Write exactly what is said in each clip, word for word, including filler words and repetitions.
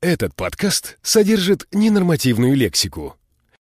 Этот подкаст содержит ненормативную лексику.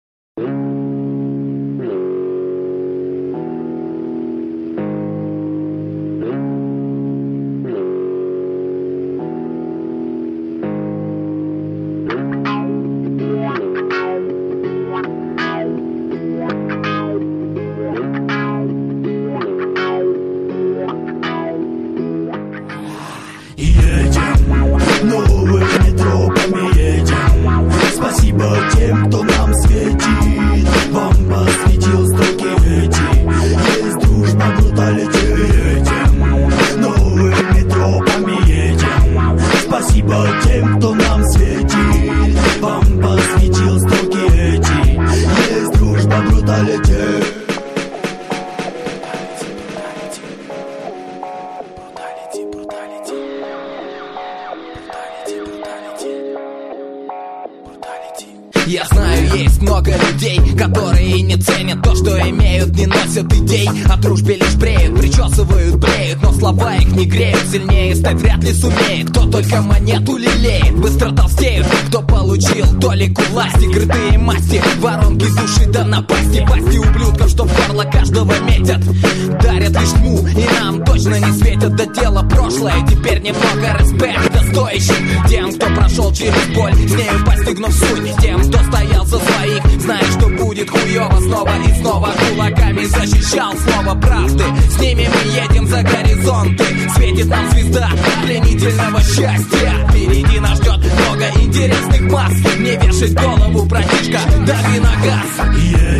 Я знаю, есть много людей, которые не ценят то, что имеют, не носят идей, о дружбе лишь бреют, причесывают, бреют, но слова их не греют, сильнее стать вряд ли сумеет, кто только монету лелеет, быстро толстеют, кто получил толику власти, крытые масти, воронки души да напасти, пасти ублюдков, что в горло каждого метят, дарят лишь тьму, и нам точно не светят, да дело прошлое, теперь немного респекта стоящим, тем, кто прошел через боль, с нею постигнув суть, тем, кто стоял за своих, зная, что будет хуёво снова и снова, кулаками защищал слово правды. С ними мы едем за горизонты, светит нам звезда пленительного счастья. Впереди нас ждет много интересных масс, не вешать голову, братишка, дави на газ.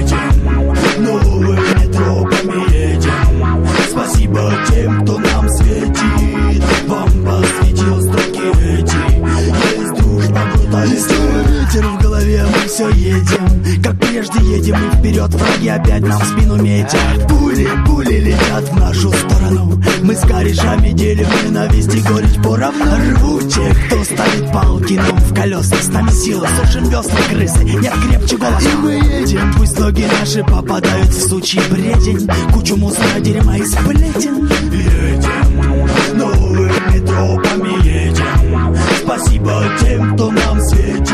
Едем, новым тропами едем, спасибо тем, кто нам светит, вам посвятил строки эти, есть дружба, бруталист. Ветер в голове, мы все едем, как прежде едем и вперед, враги опять нам в спину метят. Пули, пули летят в нашу сторону, мы с корешами делим ненависть и горечь поровну. Рву тех, кто ставит палки нам в колеса, с нами сила, сушим весла крысы, нет крепче голос. И мы едем, пусть ноги наши попадают в сучий бредень, кучу мусора, дерьма и сплетен. Едем, новыми тропами едем, спасибо тем, кто нам светит,